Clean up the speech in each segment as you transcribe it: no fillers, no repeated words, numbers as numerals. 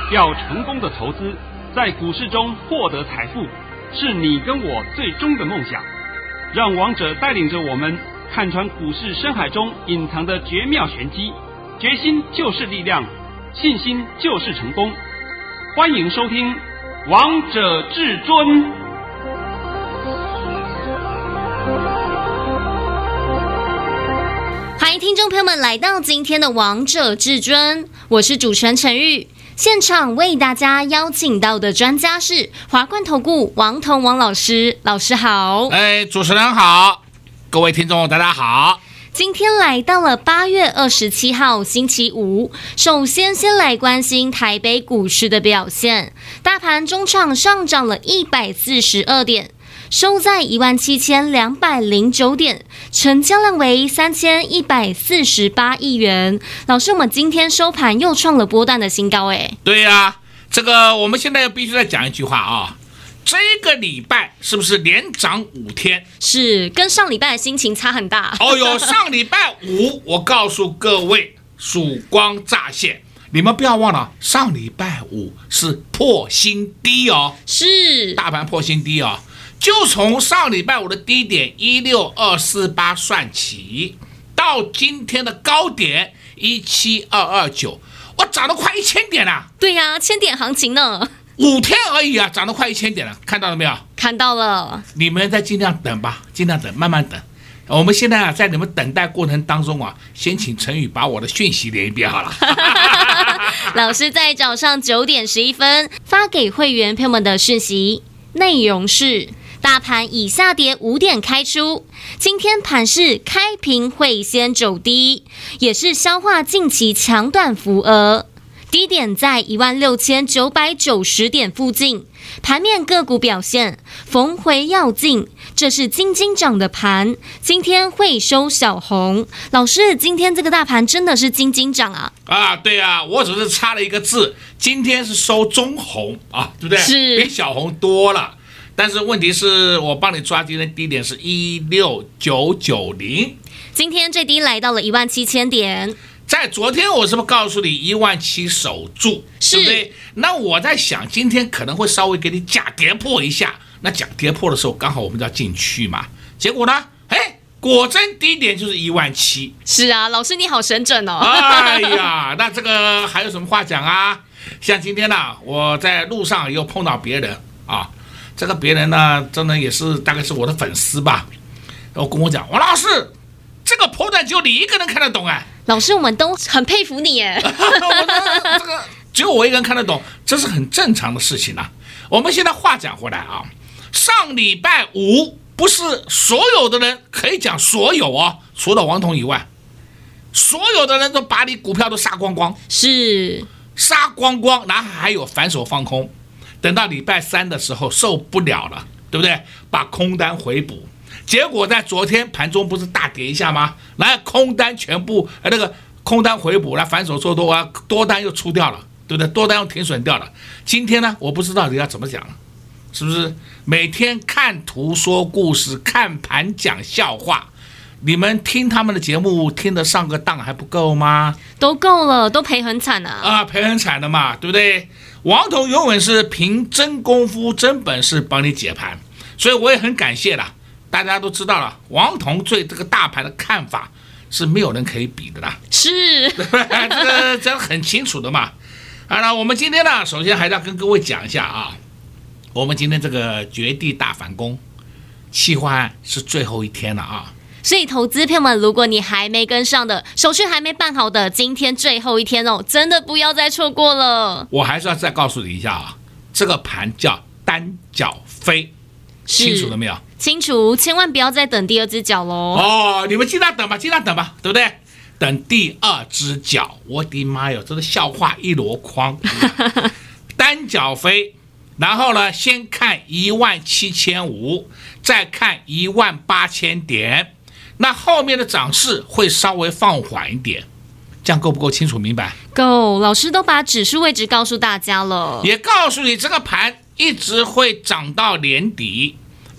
要成功的投资，在股市中获得财富，是你跟我最终的梦想。让王者带领着我们看穿股市深海中隐藏的绝妙玄机，决心就是力量，信心就是成功。欢迎收听《王者至尊》。 欢迎听众朋友们来到今天的《王者至尊》，我是主持人陈玉。现场为大家邀请到的专家是华冠投顾王彤王老师，老师好。 主持人好，各位听众大家好。 今天来到了8月27号星期五，首先来关心台北股市的表现，大盘中场上涨了142点。收在17209点，成交量为3148亿元。老师，我们今天收盘又创了波段的新高哎。 对呀，这个我们现在必须再讲一句话啊，这个礼拜是不是连涨5天？ 是，跟上礼拜的心情差很大。 哦哟，上礼拜五我告诉各位曙光乍现，你们不要忘了，上礼拜五是破新低哦， 是大盘破新低哦。就从上礼拜五的低点16248算起，到今天的高点17229，我涨得快1000点了。 对呀，1000点行情呢 ，5天而已啊，涨得快1000点了，看到了没有？ 看到了。你们再尽量等吧，尽量等，慢慢等。我们现在啊，在你们等待过程当中啊，先请陈宇把我的讯息连一遍好了。 老师在早上9点11分发给会员朋友们的讯息，内容是：大盘以下跌5点开出，今天盘势开平会先走低，也是消化近期强短幅额，低点在16990点附近。盘面个股表现，逢回要进，这是金涨的盘，今天会收小红。老师，今天这个大盘真的是金涨啊？ 啊，对啊，我只是差了一个字，今天是收中红啊，对不对？ 是， 比小红多了。但是问题是我帮你抓今天低点是16990， 今天最低来到了17000点。 在昨天我是不是告诉你17000守住，对不对？那我在想今天可能会稍微给你假跌破一下，那假跌破的时候刚好我们就要进去嘛。结果呢，果真低点就是17000。 是啊，老师你好神准哦。 哎呀，那这个还有什么话讲啊？像今天呢，我在路上又碰到别人啊。这个别人呢，真的也是大概是我的粉丝吧，然后跟我讲，王老师，这个波段只有你一个人看得懂哎。 老师，我们都很佩服你耶。 这个只有我一个人看得懂，这是很正常的事情啊。我们现在话讲回来啊，上礼拜五不是所有的人，可以讲所有哦，除了王彤以外，所有的人都把你股票都杀光光， 是杀光光，然后还有反手放空。等到礼拜3的时候受不了了，对不对？把空单回补，结果在昨天盘中不是大跌一下吗？然后空单全部那个空单回补了，反手做多啊，多单又出掉了，对不对？多单又停损掉了。今天呢，我不知道你要怎么讲了，是不是？每天看图说故事，看盘讲笑话，你们听他们的节目听得上个当还不够吗？ 都够了，都赔很惨啊！ 赔很惨的嘛，对不对？王彤永远是凭真功夫、真本事帮你解盘，所以我也很感谢啦。大家都知道了，王彤对这个大盘的看法是没有人可以比的啦。 是， 这个讲得很清楚的嘛。那我们今天呢，首先还是要跟各位讲一下啊，我们今天这个绝地大反攻，企划案是最后一天了啊。 所以投资朋友们，如果你还没跟上的，手续还没办好的，今天最后一天哦，真的不要再错过了。 我还是要再告诉你一下啊，这个盘叫单脚飞，清楚了没有？ 清楚，千万不要再等第二只脚喽。 哦，你们尽量等吧，尽量等吧，对不对？等第二只脚，我的妈哟，这个笑话一箩筐。单脚飞，然后呢，先看17500，再看18000点。那后面的涨势会稍微放缓一点，这样够不够清楚明白？ 够，老师都把指数位置告诉大家了， 也告诉你这个盘一直会涨到年底。那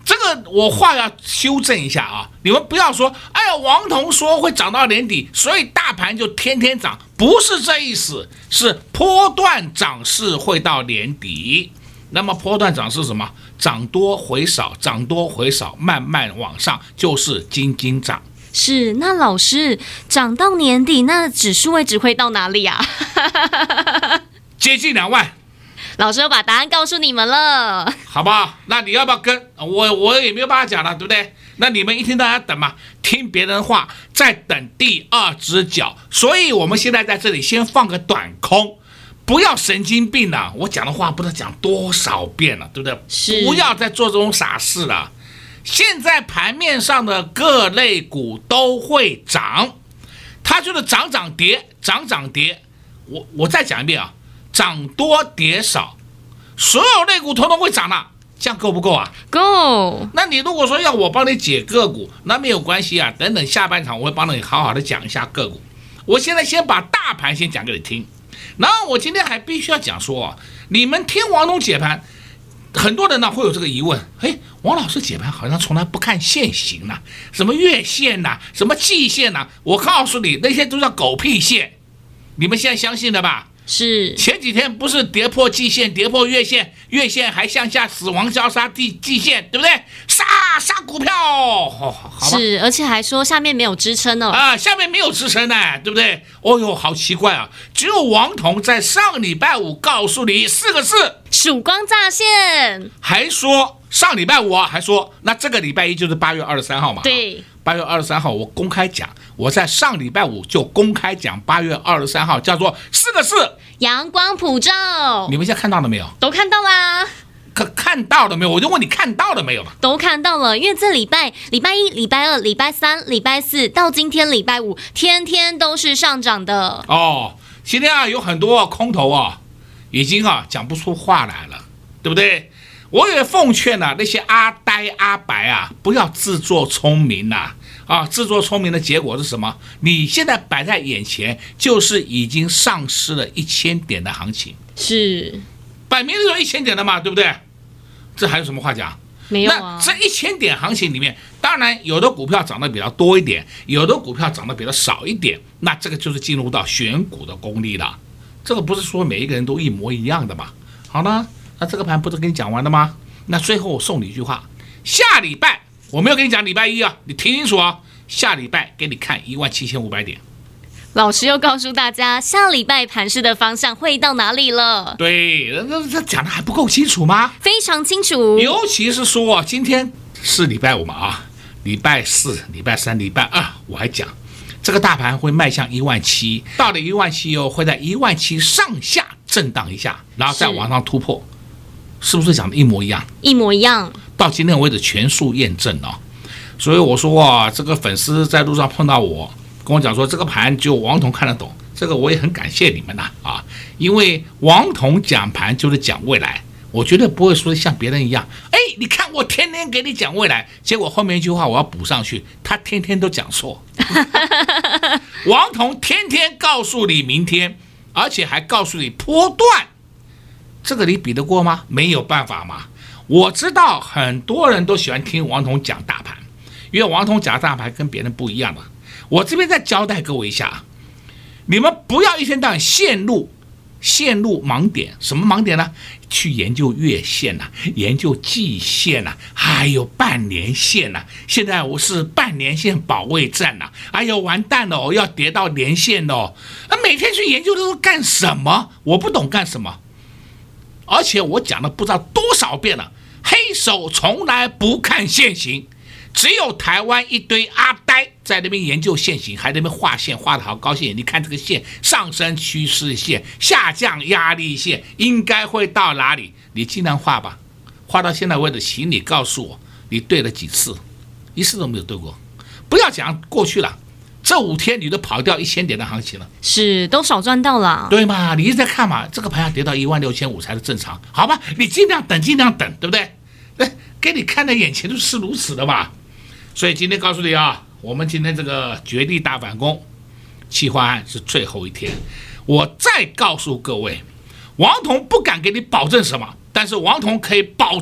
这个我话要修正一下啊，你们不要说，哎呀，王彤说会涨到年底，所以大盘就天天涨，不是这意思，是波段涨势会到年底。那么波段涨势是什么？涨多回少，涨多回少，慢慢往上，就是金金涨。 是，那老师涨到年底，那指数位置会到哪里啊？ 接近2万。 老师又把答案告诉你们了， 好不好？那你要不要跟我也没有办法讲了，对不对？那你们一天到晚等嘛，听别人话，再等第二只脚。所以我们现在在这里先放个短空，不要神经病了。我讲的话不知道讲多少遍了，对不对？ 是， 不要再做这种傻事了。现在盘面上的各类股都会涨，它就是涨涨跌，涨涨跌。我再讲一遍啊。涨多跌少，所有类股统统会涨了，这样够不够啊？ 够。 那你如果说要我帮你解个股，那没有关系啊，等等下半场我会帮你好好的讲一下个股。我现在先把大盘先讲给你听，然后我今天还必须要讲说啊，你们听王董解盘，很多人呢会有这个疑问，王老师解盘好像从来不看线型啊，什么月线啊，什么季线啊，我告诉你那些都叫狗屁线，你们现在相信了吧？ 是， 前几天不是跌破季线，跌破月线，月线还向下死亡交叉季线，对不对？杀股票，好吧？ 是，而且还说下面没有支撑哦。 啊，下面没有支撑呢，对不对？哦呦，好奇怪啊！只有王彤在上礼拜五告诉你4个字： 曙光乍现。 还说上礼拜五啊，还说那这个礼拜一就是8月23号嘛？ 对。 8月23号我公开讲，我在上礼拜五就公开讲8月23号叫做4个字： 阳光普照。 你们现在看到了没有？ 都看到啦。 看到了没有？我就问你看到了没有了？ 都看到了，因为这礼拜一、礼拜二、礼拜三、礼拜四到今天礼拜五，天天都是上涨的。 哦，今天啊有很多空头啊，已经啊讲不出话来了，对不对？我也奉劝那些阿呆阿白啊，不要自作聪明自作聪明的结果是什么？你现在摆在眼前，就是已经丧失了1000点的行情， 是， 摆明是有1000点的嘛，对不对？这还有什么话讲？ 没有啊。 那这1000点行情里面，当然有的股票涨得比较多一点，有的股票涨得比较少一点，那这个就是进入到选股的功力了。这个不是说每一个人都一模一样的嘛。好了。那这个盘不是跟你讲完了吗？那最后我送你一句话，下礼拜我没有跟你讲礼拜一啊，你听清楚啊，下礼拜给你看17500点。 老师又告诉大家下礼拜盘势的方向会到哪里了。 对，这讲的还不够清楚吗？ 非常清楚。 尤其是说今天是礼拜五嘛礼拜四、礼拜三、礼拜二，我还讲这个大盘会迈向17000，到了17000后会在17000上下震荡一下，然后再往上突破。是不是讲的一模一样？ 一模一样， 到今天为止全数验证哦。所以我说啊，这个粉丝在路上碰到我，跟我讲说这个盘只有王彤看得懂，这个我也很感谢你们呐因为王彤讲盘就是讲未来，我绝对不会说像别人一样，你看我天天给你讲未来，结果后面一句话我要补上去，他天天都讲错。王彤天天告诉你明天，而且还告诉你波段。这个你比得过吗？没有办法嘛。我知道很多人都喜欢听王彤讲大盘，因为王彤讲大盘跟别人不一样的。我这边再交代各位一下，你们不要一天到晚陷入盲点。什么盲点呢？去研究月线研究季线还有半年线现在我是半年线保卫战哎呦完蛋了要跌到年线了每天去研究都是干什么？我不懂干什么。而且我讲了不知道多少遍了，黑手从来不看线型，只有台湾一堆阿呆在那边研究线型，还在那边画线，画得好高兴。你看这个线，上升趋势线，下降压力线，应该会到哪里？你尽量画吧，画到现在为止，请你告诉我，你对了几次？一次都没有对过。不要讲过去了。这5天你都跑掉1000点的行情了， 是都少赚到了， 对嘛？你一直在看嘛，这个盘要跌到16500才是正常，好吧？你尽量等，对不对？给你看在眼前就是如此的嘛。所以今天告诉你啊，我们今天这个绝地大反攻，企划案是最后一天。我再告诉各位，王彤不敢给你保证什么，但是王彤可以保证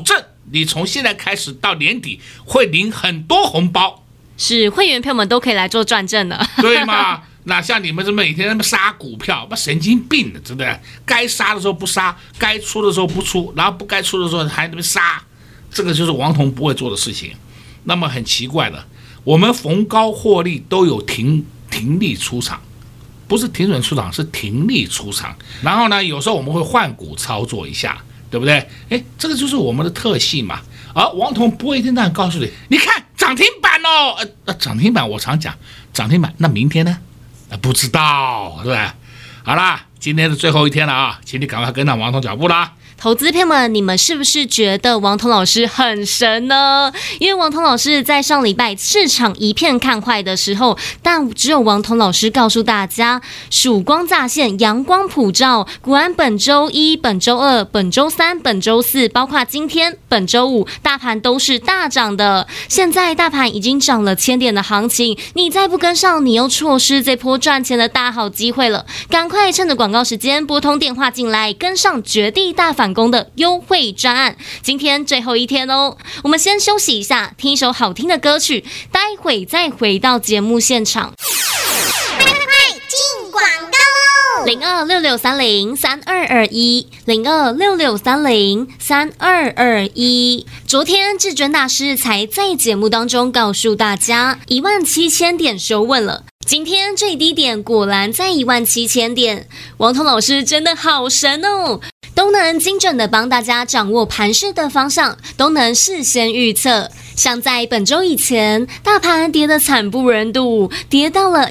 你从现在开始到年底会领很多红包， 是会员朋友们都可以来做转正了， 对吗？那像你们这每天那么杀股票，那神经病的，真的，该杀的时候不杀，该出的时候不出，然后不该出的时候还那么杀，这个就是王彤不会做的事情。那么很奇怪的，我们逢高获利都有停利出场，不是停损出场，是停利出场。然后呢，有时候我们会换股操作一下，对不对？这个就是我们的特性嘛。而王彤不会一天到晚告诉你，你看涨停板哦，涨停板我常讲涨停板，那明天呢？不知道，对吧？好啦，今天是最后一天了啊，请你赶快跟上王彤脚步啦。 投资朋友们，你们是不是觉得王彤老师很神呢？因为王彤老师在上礼拜市场一片看坏的时候，但只有王彤老师告诉大家，曙光乍现，阳光普照。果然本周一、本周二、本周三、本周四，包括今天本周五，大盘都是大涨的。现在大盘已经涨了1000点的行情，你再不跟上，你又错失这波赚钱的大好机会了。赶快趁着广告时间拨通电话进来，跟上绝地大反攻的优惠专案，今天最后一天哦。我们先休息一下，听一首好听的歌曲，待会再回到节目现场。 快进广告喽 ！0266303221，0266303221。昨天至尊大师才在节目当中告诉大家，17000点收稳了。今天最低点果然在17000点，王彤老师真的好神哦，都能精准的帮大家掌握盘势的方向，都能事先预测。像在本周以前，大盘跌得惨不忍睹，跌到了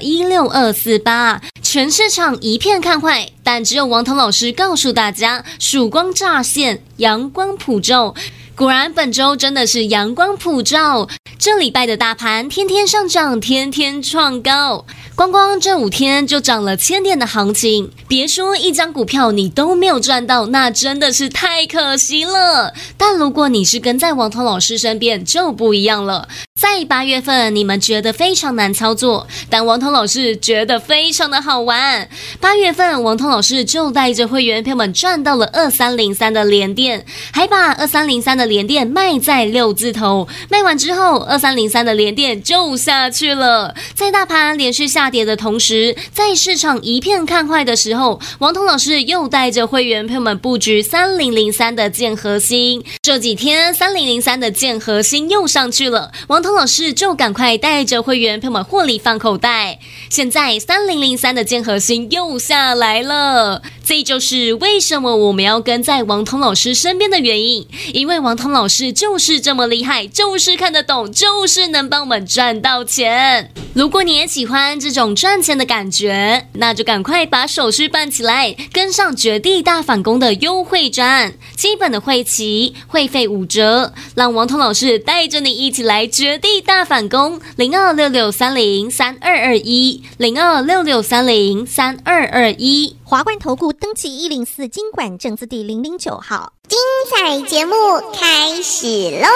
16248，全市场一片看坏，但只有王彤老师告诉大家，曙光乍现，阳光普照。果然本周真的是阳光普照，这礼拜的大盘天天上涨，天天创高，光这5天就涨了1000点的行情，别说一张股票你都没有赚到，那真的是太可惜了。但如果你是跟在王彤老师身边就不一样了。在8月份你们觉得非常难操作，但王彤老师觉得非常的好玩。8月份王彤老师就带着会员朋友们赚到了2303的联电，还把2303的联电卖在6字头，卖完之后2303的联电就下去了。在大盘连续下跌的同时，在市场一片看坏的时候，王彤老师又带着会员朋友们布局3003的建和兴。这几天3003的建和兴又上去了，王彤老师就赶快带着会员朋友们获利放口袋。现在3003的建和兴又下来了，这就是为什么我们要跟在王彤老师身边的原因，因为王彤老师就是这么厉害，就是看得懂，就是能帮我们赚到钱。如果你也喜欢这种赚钱的感觉，那就赶快把手续办起来，跟上绝地大反攻的优惠专案，基本的会期会费5折，让王彤老师带着你一起来绝地大反攻。0266303221，0266303221。 华冠投顾登记104金管证字第009号。精彩节目开始喽！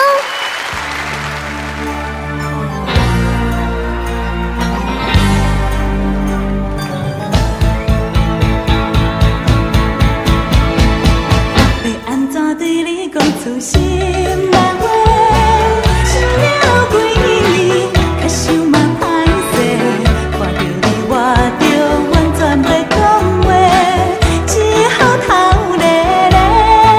要安怎对你讲出心内话？想了几年，却想嘛歹势，看着你我就完全袂讲话，只好头咧咧。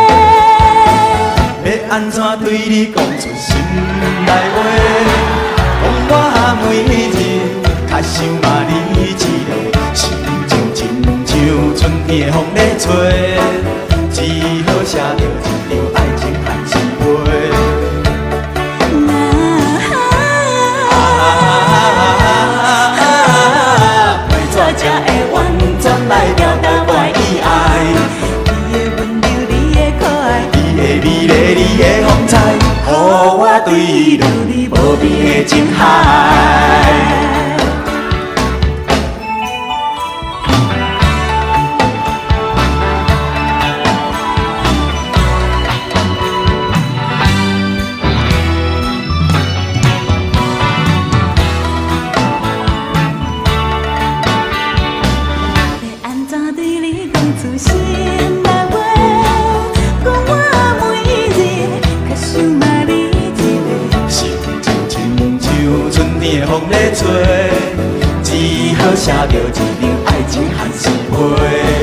要安怎对你讲出心内话？讲我每日较想嘛你一个，心情亲像春天的风咧吹。只好写着一张爱情汉诗篇。为怎才会完全来表达我的意爱？ 你的温柔，你的可爱， 你的美丽，你的风采，予我对你无边的情海。 出心内话，讲我每日较想写着一场爱情憾是花。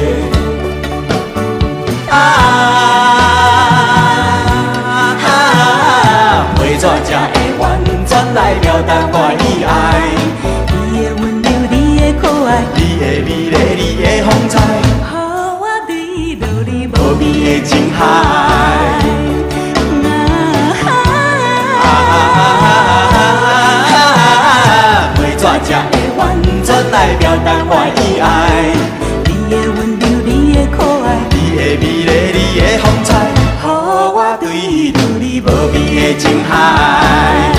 花怎才会完全来表达我的爱？ 你的温柔，你的可爱， 你的美丽，你的风采， 予我坠落你无无边的情海。花怎才会完全来表达我的爱？ 你的温柔，你的可爱， 你的美丽，你的风采，予我坠入你无边的情海。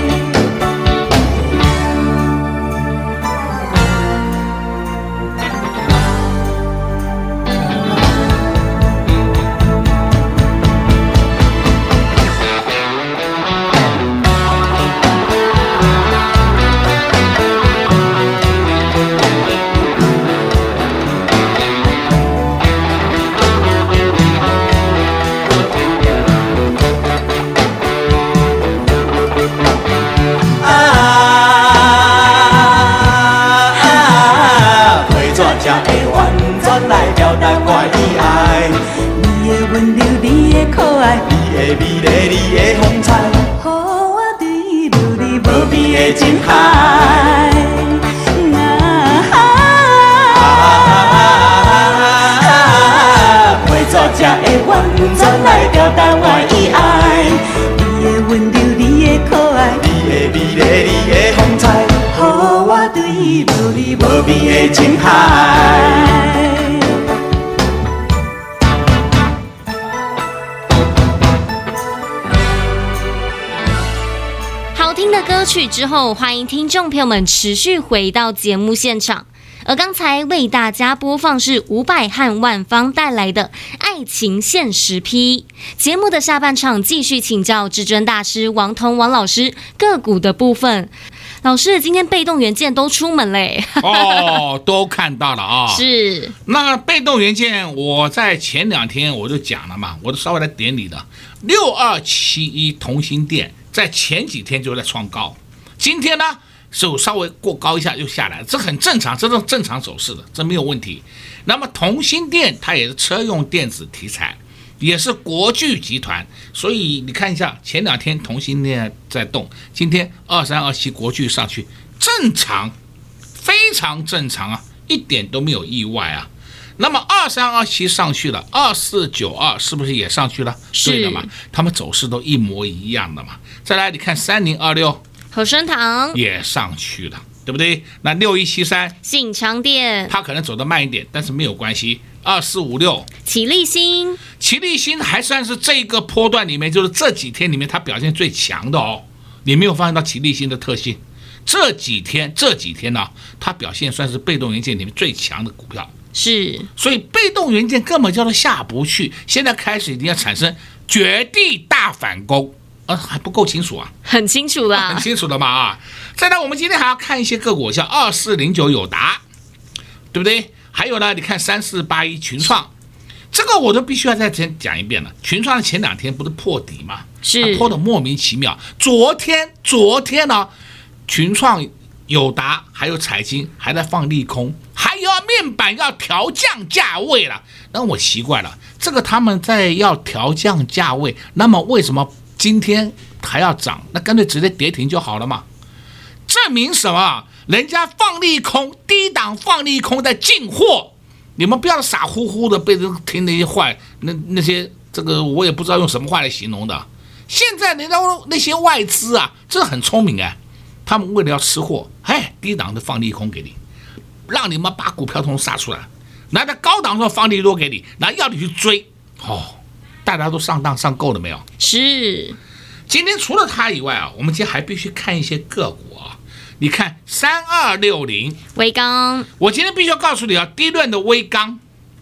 才会完全来表达我的爱？ 你的温柔，你的可爱， 你的美丽，你的风采， 予我坠入你无边的情海。花怎才会完全来表达我的爱？ 你的温柔，你的可爱， 你的美丽，你的风采， 予我坠入你无边的情海。 好听的歌曲之后，欢迎听众朋友们持续回到节目现场。而刚才为大家播放是伍佰和万芳带来的《爱情现实批》。节目的下半场继续请教至尊大师王彤王老师个股的部分。老师，今天被动元件都出门嘞。 哦，都看到了啊。 是。 那被动元件，我在前2天我就讲了嘛，我都稍微来点你的6271同心电，在前几天就在创高，今天呢手稍微过高一下又下来了，这很正常，这是正常走势的，这没有问题。那么同心电它也是车用电子题材，也是国巨集团，所以你看一下前2天同心电在动，今天2327国巨上去，正常，非常正常啊，一点都没有意外啊。那么2327上去了，2492是不是也上去了？对的嘛，他们走势都一模一样的嘛。再来你看3026 和生堂也上去了，对不对？那6173 信昌店它可能走得慢一点，但是没有关系。2456 奇力新， 奇力新还算是这个波段里面，就是这几天里面它表现最强的哦。你没有发现到奇力新的特性？这几天呢，它表现算是被动元件里面最强的股票。 是， 所以被动元件根本叫做下不去，现在开始一定要产生绝地大反攻。还不够清楚啊？ 很清楚啦， 很清楚的嘛啊！再来，我们今天还要看一些个股，像2409友达，对不对？还有呢，你看3481群创，这个我都必须要再讲一遍了。群创的前2天不是破底吗？ 是破的莫名其妙。昨天呢，群创、友达还有彩晶还在放利空，还有面板要调降价位了。那我奇怪了，这个他们在要调降价位，那么为什么今天还要涨？那干脆直接跌停就好了嘛。证明什么？人家放利空，低档放利空在进货，你们不要傻乎乎的被人听那些坏，那些这个我也不知道用什么话来形容的。现在人家那些外资啊，真的很聪明哎，他们为了要吃货，低档的放利空给你，让你们把股票通杀出来，然后在高档的时候放利多给你，然后要你去追大家都上当上够了没有？ 是。 今天除了它以外啊，我们今天还必须看一些个股啊。你看3260 微刚， 我今天必须要告诉你啊，低润的微刚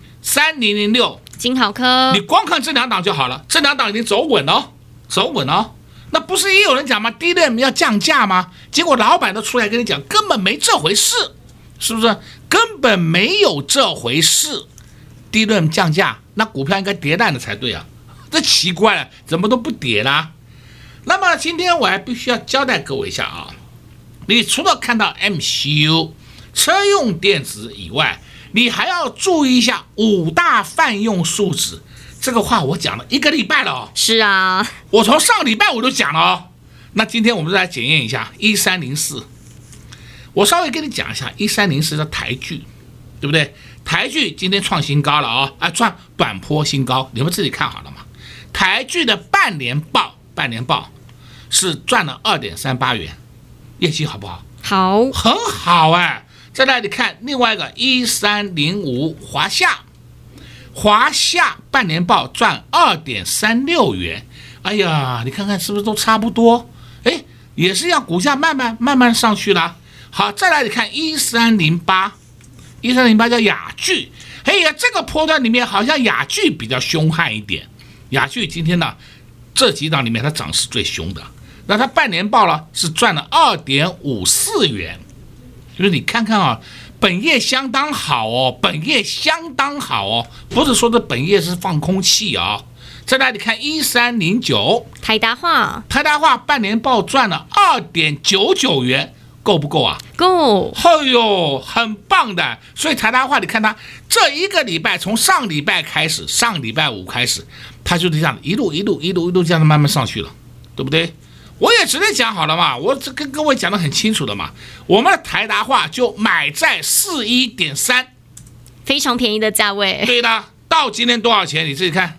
3006 金豪科， 你光看这2档就好了，这2档已经走稳了，走稳了。那不是也有人讲吗？低润要降价吗？结果老板都出来跟你讲，根本没这回事，是不是？根本没有这回事。低润降价，那股票应该跌烂了才对啊，这奇怪了，怎么都不跌啦？那么今天我还必须要交代各位一下啊，你除了看到 MCU 车用电子以外，你还要注意一下5大泛用数值。这个话我讲了1个礼拜了哦。 是啊， 我从上礼拜我就讲了哦。那今天我们再来检验一下1304。我稍微跟你讲一下1304的台剧，对不对？台剧今天创新高了啊，创短波新高，你们自己看好了嘛。台剧的半年报是赚了2.38元，业绩好不好？ 好， 很好哎。再来你看另外一个1305华夏半年报赚2.36元，哎呀，你看看是不是都差不多？哎，也是要股价慢慢上去了。好，再来你看1308叫雅聚，哎呀，这个波段里面好像雅聚比较凶悍一点。雅聚今天呢，这几档里面它涨势最凶的，那它半年报了是赚了2.54元，就是你看看啊，本业相当好哦，不是说这本业是放空气啊。再来你看1309 台达化半年报赚了2.99元，够不够啊？ 够。 哎呦，很棒的。所以台达化你看它这1个礼拜，从上礼拜五开始，它就是这样一路这样慢慢上去了，对不对？我也直接讲好了嘛，我这跟各位讲得很清楚的嘛。我们的台达化就买在41.3， 非常便宜的价位。 对的，到今天多少钱？你自己看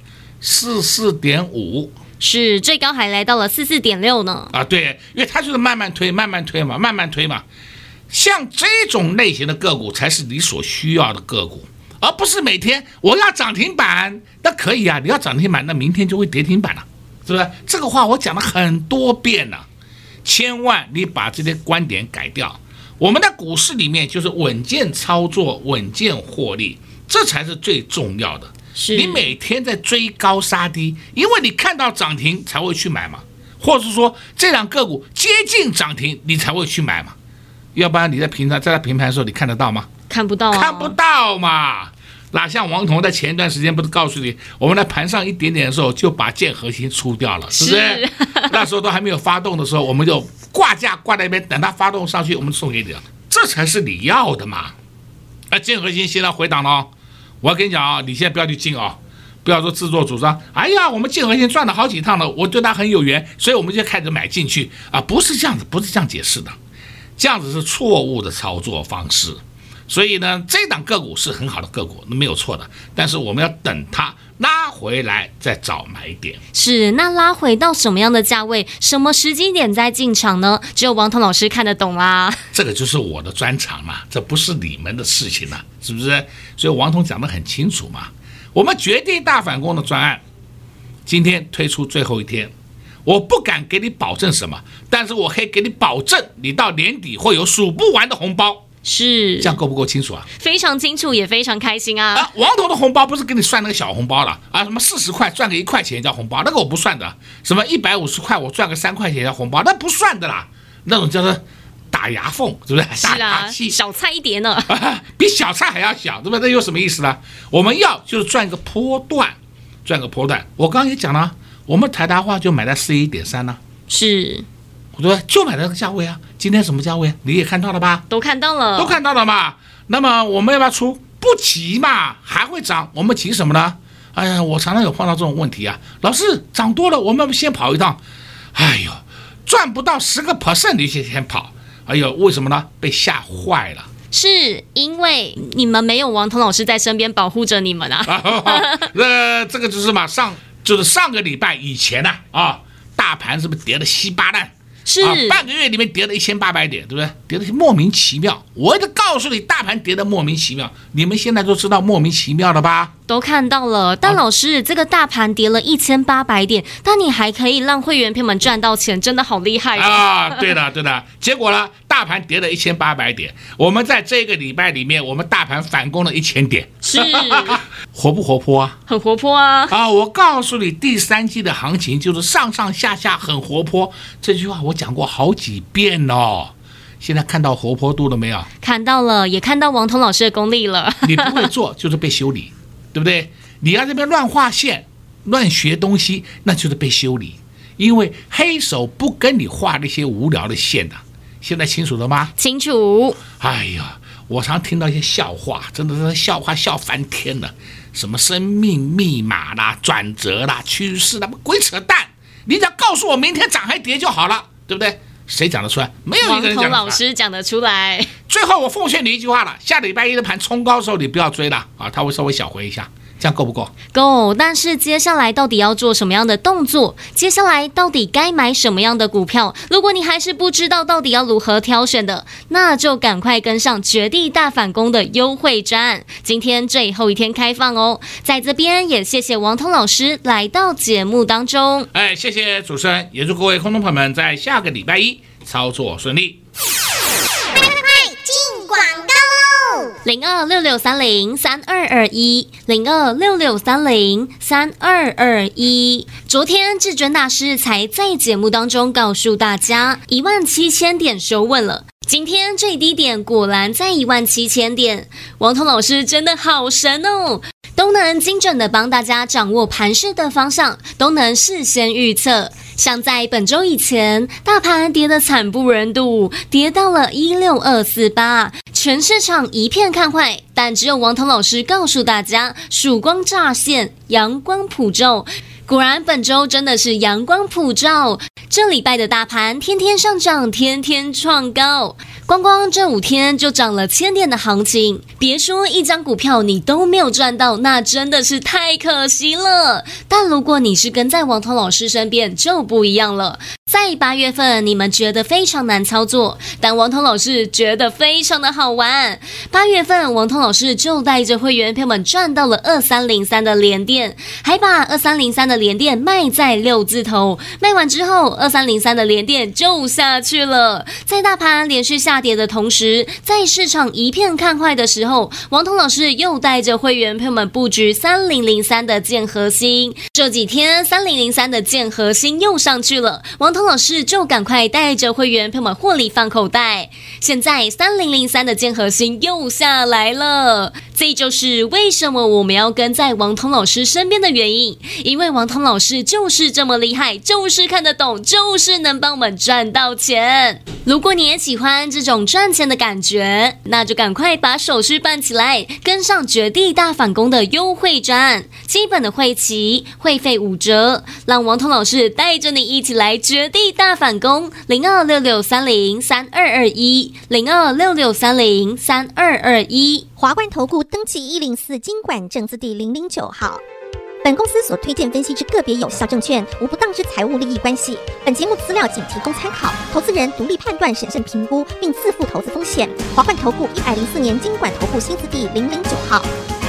，44.5。 是最高还来到了44.6呢。 啊，对，因为它就是慢慢推嘛。像这种类型的个股才是你所需要的个股，而不是每天我要涨停板。那可以啊，你要涨停板，那明天就会跌停板了，是不是？这个话我讲了很多遍了，千万你把这些观点改掉。我们的股市里面就是稳健操作，稳健获利，这才是最重要的。你每天在追高杀低，因为你看到涨停才会去买嘛，或者是说这两个股接近涨停你才会去买嘛，要不然你在平常在平盘的时候你看得到吗？ 看不到啊， 看不到嘛。哪像王彤在前一段时间不是告诉你，我们在盘上一点点的时候就把建核心出掉了，是不是？那时候都还没有发动的时候，我们就挂价挂在那边，等它发动上去，我们送给你了，这才是你要的嘛。建核心现在回档了哦。我要跟你讲啊，你现在不要去进啊，不要说自作主张。哎呀，我们建核心赚了好几趟了，我对他很有缘，所以我们就开始买进去啊，不是这样子，不是这样解释的，这样子是错误的操作方式。所以呢，这档个股是很好的个股，没有错的，但是我们要等它拉回来再找买点。 是，那拉回到什么样的价位，什么时机点再进场呢？只有王彤老师看得懂啦。 这个就是我的专长嘛，这不是你们的事情啦，是不是？所以王彤讲得很清楚嘛。我们绝地大反攻的专案今天推出最后一天，我不敢给你保证什么，但是我可以给你保证，你到年底会有数不完的红包。 是， 这样够不够清楚啊？ 非常清楚，也非常开心啊！ 王彤的红包不是给你算那个小红包了啊？什么40块赚个1块钱叫红包，那个我不算的。什么150块我赚个3块钱叫红包，那不算的啦。那种叫做打牙缝，是不是？ 是啊，小菜一碟呢， 比小菜还要小，对不对？那有什么意思呢？我们要就是赚个波段，我刚刚也讲了，我们台达化就买在41.3呢， 是， 对不对？就买那个价位啊。今天什么价位？你也看到了吧？ 都看到了嘛。那么我们要不要出？不急嘛，还会涨，我们急什么呢？哎呀，我常常有碰到这种问题啊，老师涨多了，我们先跑一趟。哎呦，赚不到10%你先跑，哎呦，为什么呢？被吓坏了。 是因为你们没有王彤老师在身边保护着你们啊。 这个就是嘛，上个礼拜以前呢大盘是不是跌得稀巴烂？ 是半个月里面跌了1800点，对不对？跌得莫名其妙。我就告诉你，大盘跌得莫名其妙，你们现在都知道莫名其妙了吧？ 都看到了。但老师，这个大盘跌了1800点，但你还可以让会员朋友们赚到钱，真的好厉害啊！对的。结果呢，大盘跌了1800点，我们在这个礼拜里面，我们大盘反攻了1000点， 是活不活泼啊？ 很活泼啊！ 我告诉你，第3季的行情就是上上下下很活泼，这句话我讲过好几遍哦。现在看到活泼度了没有？看到了，也看到王彤老师的功力了。 你不会做就是被修理，对不对？你要这边乱画线、乱学东西，那就是被修理。因为黑手不跟你画那些无聊的线的， 现在清楚了吗？ 清楚。 哎呀，我常听到一些笑话，真的是笑话笑翻天了。什么生命密码啦、转折啦、趋势啦，鬼扯淡！你只要告诉我明天涨还跌就好了，对不对？谁讲得出来？没有一个人讲得出来。 王彤老师讲得出来。 最后我奉劝你一句话了：下礼拜一的盘冲高的时候，你不要追了啊，它会稍微小回一下。这样够不够？ 够，但是接下来到底要做什么样的动作？接下来到底该买什么样的股票？如果你还是不知道到底要如何挑选的，那就赶快跟上绝地大反攻的优惠专案，今天最后一天开放哦。在这边也谢谢王彤老师来到节目当中。 谢谢主持人，也祝各位空中朋友们在下个礼拜一操作顺利。 0266303221，0266303221。昨天至尊大师才在节目当中告诉大家，17000点收稳了。今天最低点果然在17000点，王彤老师真的好神哦，都能精准的帮大家掌握盘势的方向，都能事先预测。像在本周以前，大盘跌得惨不忍睹，跌到了16248，全市场一片看坏，但只有王彤老师告诉大家，曙光乍现，阳光普照。果然本周真的是阳光普照，这礼拜的大盘天天上涨，天天创高，光这5天就涨了1000点的行情，别说一张股票你都没有赚到，那真的是太可惜了。但如果你是跟在王彤老师身边就不一样了。在8月份你们觉得非常难操作，但王彤老师觉得非常的好玩。8月份王彤老师就带着会员朋友们赚到了2303的联电，还把2303的联电卖在6字头，卖完之后2303的联电就下去了。在大盘连续下跌的同时，在市场一片看坏的时候，王彤老师又带着会员朋友们布局3003的建和兴。这几天3003的建和兴又上去了，王彤老师就赶快带着会员朋友们获利放口袋。现在3003的建和兴又下来了，这就是为什么我们要跟在王彤老师身边的原因，因为王彤老师就是这么厉害，就是看得懂，就是能帮我们赚到钱。如果你也喜欢这种赚钱的感觉，那就赶快把手续办起来，跟上绝地大反攻的优惠专案，基本的会期会费5折，让王彤老师带着你一起来绝地大反攻。0266303221，0266303221。 华冠投顾登记104金管证字第009号。本公司所推荐分析之个别有效证券，无不当之财务利益关系。本节目资料仅提供参考，投资人独立判断、审慎评估，并自负投资风险。华冠投顾104年金管投顾新字第009号。